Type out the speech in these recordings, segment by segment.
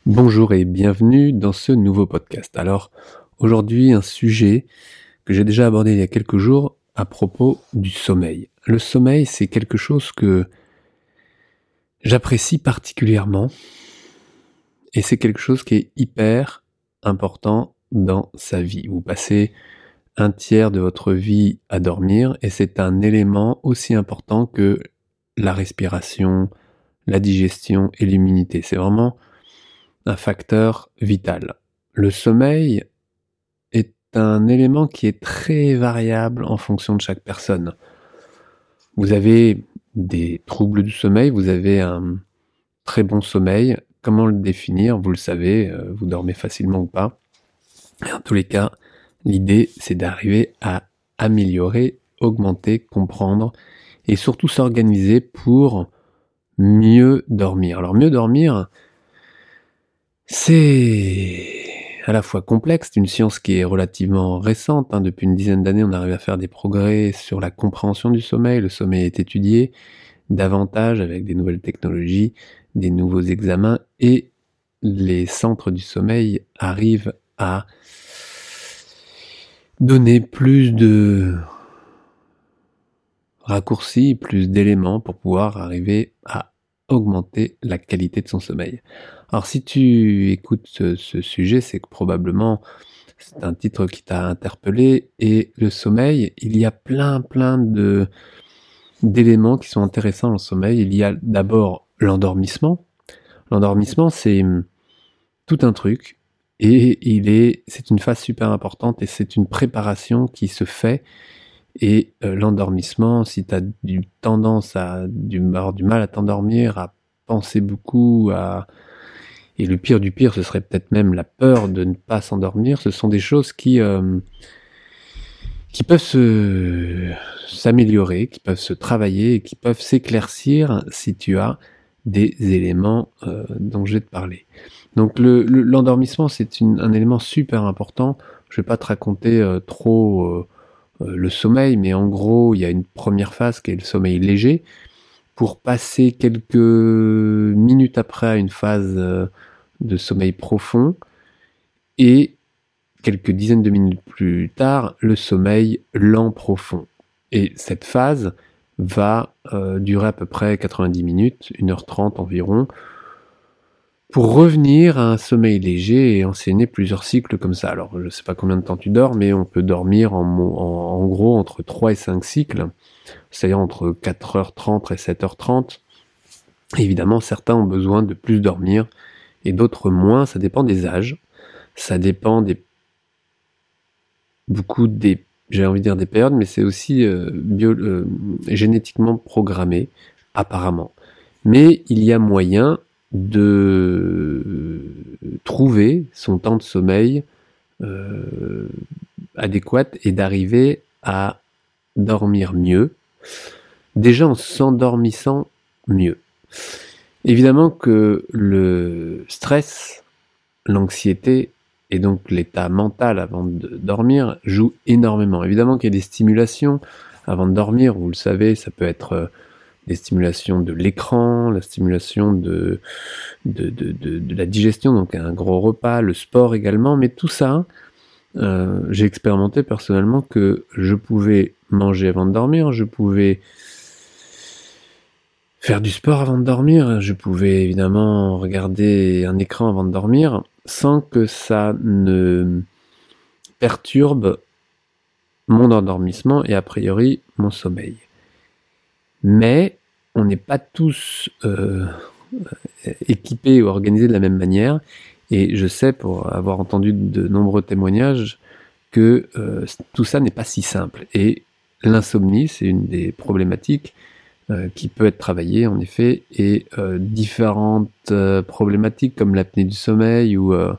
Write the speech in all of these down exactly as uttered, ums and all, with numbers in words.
Bonjour et bienvenue dans ce nouveau podcast. Alors aujourd'hui un sujet que j'ai déjà abordé il y a quelques jours à propos du sommeil. Le sommeil, c'est quelque chose que j'apprécie particulièrement et c'est quelque chose qui est hyper important dans sa vie. Vous passez un tiers de votre vie à dormir et c'est un élément aussi important que la respiration, la digestion et l'immunité. C'est vraiment un facteur vital. Le sommeil est un élément qui est très variable en fonction de chaque personne. Vous avez des troubles du sommeil, vous avez un très bon sommeil. Comment le définir? Vous le savez, vous dormez facilement ou pas. Et en tous les cas, l'idée, c'est d'arriver à améliorer, augmenter, comprendre et surtout s'organiser pour mieux dormir. Alors mieux dormir, c'est à la fois complexe, c'est une science qui est relativement récente, hein. Depuis une dizaine d'années, on arrive à faire des progrès sur la compréhension du sommeil. Le sommeil est étudié davantage avec des nouvelles technologies, des nouveaux examens, et les centres du sommeil arrivent à donner plus de raccourcis, plus d'éléments pour pouvoir arriver à augmenter la qualité de son sommeil. Alors si tu écoutes ce, ce sujet, c'est que probablement c'est un titre qui t'a interpellé, et le sommeil, il y a plein plein de d'éléments qui sont intéressants dans le sommeil. Il y a d'abord l'endormissement. L'endormissement, c'est tout un truc, et il est, c'est une phase super importante, et c'est une préparation qui se fait. Et euh, l'endormissement, si tu as du tendance à du, avoir du mal à t'endormir, à penser beaucoup, à et le pire du pire, ce serait peut-être même la peur de ne pas s'endormir, ce sont des choses qui euh, qui peuvent se s'améliorer, qui peuvent se travailler et qui peuvent s'éclaircir si tu as des éléments euh, dont je vais te parler. Donc le, le, l'endormissement, c'est une, un élément super important. Je vais pas te raconter euh, trop euh, le sommeil, mais en gros, il y a une première phase qui est le sommeil léger, pour passer quelques minutes après à une phase de sommeil profond, et quelques dizaines de minutes plus tard, le sommeil lent profond. Et cette phase va euh, durer à peu près quatre-vingt-dix minutes, une heure trente environ, pour revenir à un sommeil léger et enchaîner plusieurs cycles comme ça. Alors, je ne sais pas combien de temps tu dors, mais on peut dormir en, en, en gros entre trois et cinq cycles, c'est-à-dire entre quatre heures trente et sept heures trente. Évidemment, certains ont besoin de plus dormir et d'autres moins, ça dépend des âges, ça dépend des beaucoup des, j'ai envie de dire des périodes, mais c'est aussi euh, bio, euh, génétiquement programmé, apparemment. Mais il y a moyen de trouver son temps de sommeil euh, adéquat et d'arriver à dormir mieux, déjà en s'endormissant mieux. Évidemment que le stress, l'anxiété et donc l'état mental avant de dormir joue énormément. Évidemment qu'il y a des stimulations avant de dormir, vous le savez, ça peut être des stimulations de l'écran, la stimulation de, de, de, de, de la digestion, donc un gros repas, le sport également, mais tout ça, euh, j'ai expérimenté personnellement que je pouvais manger avant de dormir, je pouvais faire du sport avant de dormir, je pouvais évidemment regarder un écran avant de dormir, sans que ça ne perturbe mon endormissement et a priori mon sommeil. Mais on n'est pas tous euh, équipés ou organisés de la même manière, et je sais, pour avoir entendu de nombreux témoignages, que euh, tout ça n'est pas si simple. Et l'insomnie, c'est une des problématiques euh, qui peut être travaillée, en effet, et euh, différentes euh, problématiques comme l'apnée du sommeil ou... Euh,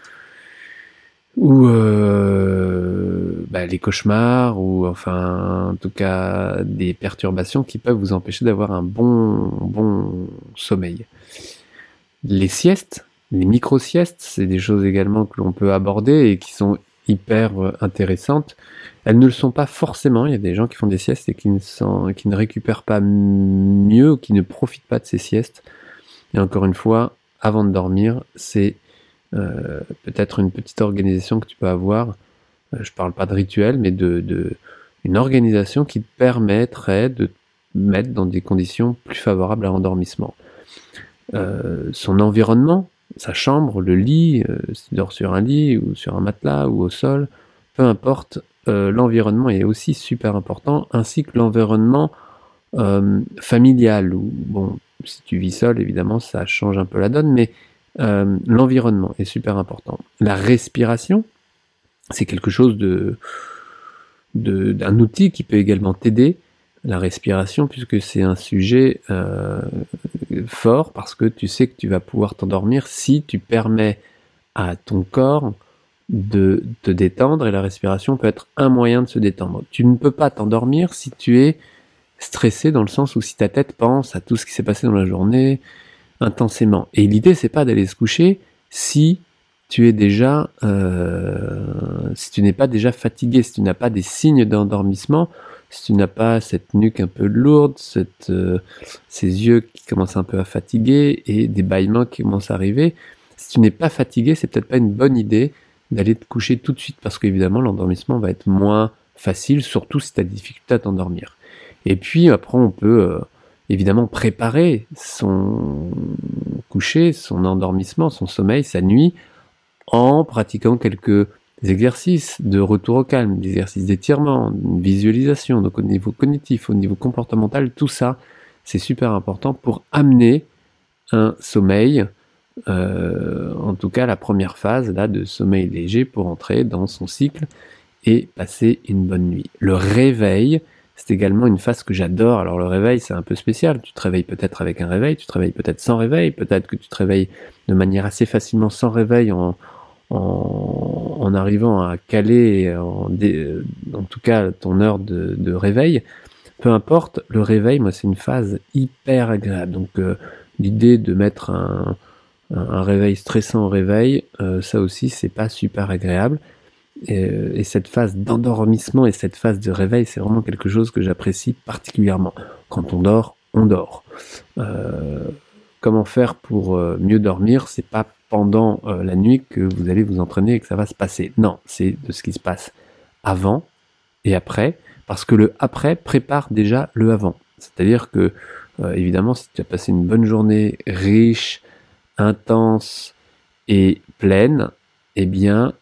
ou euh, bah, les cauchemars, ou enfin en tout cas des perturbations qui peuvent vous empêcher d'avoir un bon, bon sommeil. Les siestes, les micro-siestes, c'est des choses également que l'on peut aborder et qui sont hyper intéressantes. Elles ne le sont pas forcément, il y a des gens qui font des siestes et qui ne, sont, qui ne récupèrent pas mieux, ou qui ne profitent pas de ces siestes. Et encore une fois, avant de dormir, c'est euh, peut-être une petite organisation que tu peux avoir. Euh, je parle pas de rituel, mais de, de une organisation qui te permettrait de te mettre dans des conditions plus favorables à l'endormissement. Euh, son environnement, sa chambre, le lit, euh, si tu dors sur un lit ou sur un matelas ou au sol, peu importe, euh, l'environnement est aussi super important, ainsi que l'environnement euh, familial. Ou, bon, si tu vis seul, évidemment, ça change un peu la donne, mais euh, l'environnement est super important. La respiration, c'est quelque chose de, de, d'un outil qui peut également t'aider. La respiration, puisque c'est un sujet euh, fort, parce que tu sais que tu vas pouvoir t'endormir si tu permets à ton corps de te détendre, et la respiration peut être un moyen de se détendre. Tu ne peux pas t'endormir si tu es stressé, dans le sens où si ta tête pense à tout ce qui s'est passé dans la journée intensément. Et l'idée, c'est pas d'aller se coucher si tu es déjà, euh, si tu n'es pas déjà fatigué, si tu n'as pas des signes d'endormissement, si tu n'as pas cette nuque un peu lourde, cette, euh, ces yeux qui commencent un peu à fatiguer et des bâillements qui commencent à arriver. Si tu n'es pas fatigué, c'est peut-être pas une bonne idée d'aller te coucher tout de suite, parce qu'évidemment l'endormissement va être moins facile, surtout si tu as des difficultés à t'endormir. Et puis après on peut euh, évidemment préparer son coucher, son endormissement, son sommeil, sa nuit, en pratiquant quelques exercices de retour au calme, des exercices d'étirement, une visualisation, donc au niveau cognitif, au niveau comportemental, tout ça, c'est super important pour amener un sommeil, euh, en tout cas la première phase là de sommeil léger, pour entrer dans son cycle et passer une bonne nuit. Le réveil, c'est également une phase que j'adore. Alors le réveil, c'est un peu spécial. Tu te réveilles peut-être avec un réveil, tu te réveilles peut-être sans réveil, peut-être que tu te réveilles de manière assez facilement sans réveil, en, en, en arrivant à caler, en, dé, en tout cas, ton heure de, de réveil. Peu importe, le réveil, moi, c'est une phase hyper agréable. Donc euh, l'idée de mettre un, un, un réveil stressant au réveil, euh, ça aussi, c'est pas super agréable. Et, et cette phase d'endormissement et cette phase de réveil, c'est vraiment quelque chose que j'apprécie particulièrement. Quand on dort, on dort. Euh, comment faire pour euh, mieux dormir? C'est pas pendant euh, la nuit que vous allez vous entraîner et que ça va se passer. Non, c'est de ce qui se passe avant et après, parce que le après prépare déjà le avant. C'est-à-dire que, euh, évidemment, si tu as passé une bonne journée riche, intense et pleine, eh bien,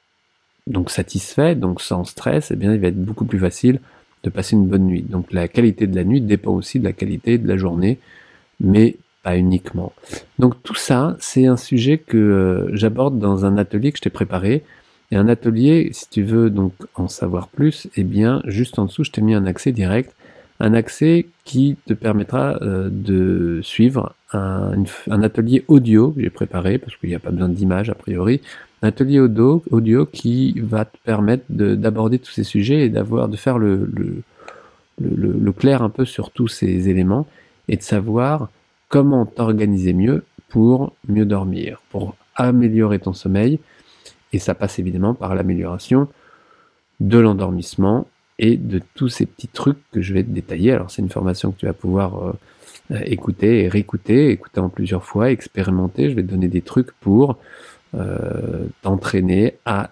donc satisfait, donc sans stress, eh bien, il va être beaucoup plus facile de passer une bonne nuit. Donc la qualité de la nuit dépend aussi de la qualité de la journée, mais pas uniquement. Donc tout ça, c'est un sujet que euh, j'aborde dans un atelier que je t'ai préparé. Et un atelier, si tu veux donc en savoir plus, eh bien, juste en dessous, je t'ai mis un accès direct, un accès qui te permettra euh, de suivre un, une, un atelier audio que j'ai préparé, parce qu'il n'y a pas besoin d'image a priori, un atelier audio, audio qui va te permettre de, d'aborder tous ces sujets et d'avoir, de faire le, le, le, le clair un peu sur tous ces éléments et de savoir comment t'organiser mieux pour mieux dormir, pour améliorer ton sommeil. Et ça passe évidemment par l'amélioration de l'endormissement et de tous ces petits trucs que je vais te détailler. Alors c'est une formation que tu vas pouvoir euh, écouter et réécouter, écouter en plusieurs fois, expérimenter. Je vais te donner des trucs pour euh, t'entraîner à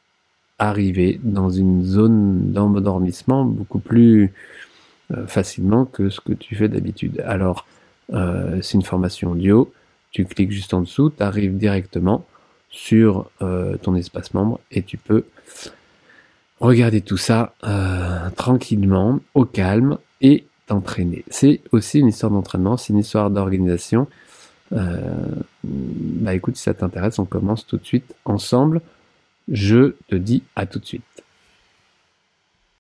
arriver dans une zone d'endormissement beaucoup plus euh, facilement que ce que tu fais d'habitude. Alors euh, c'est une formation audio, tu cliques juste en dessous, tu arrives directement sur euh, ton espace membre et tu peux regarder tout ça euh, tranquillement, au calme et t'entraîner. C'est aussi une histoire d'entraînement, c'est une histoire d'organisation. Euh, bah écoute, si ça t'intéresse, on commence tout de suite ensemble. Je te dis à tout de suite.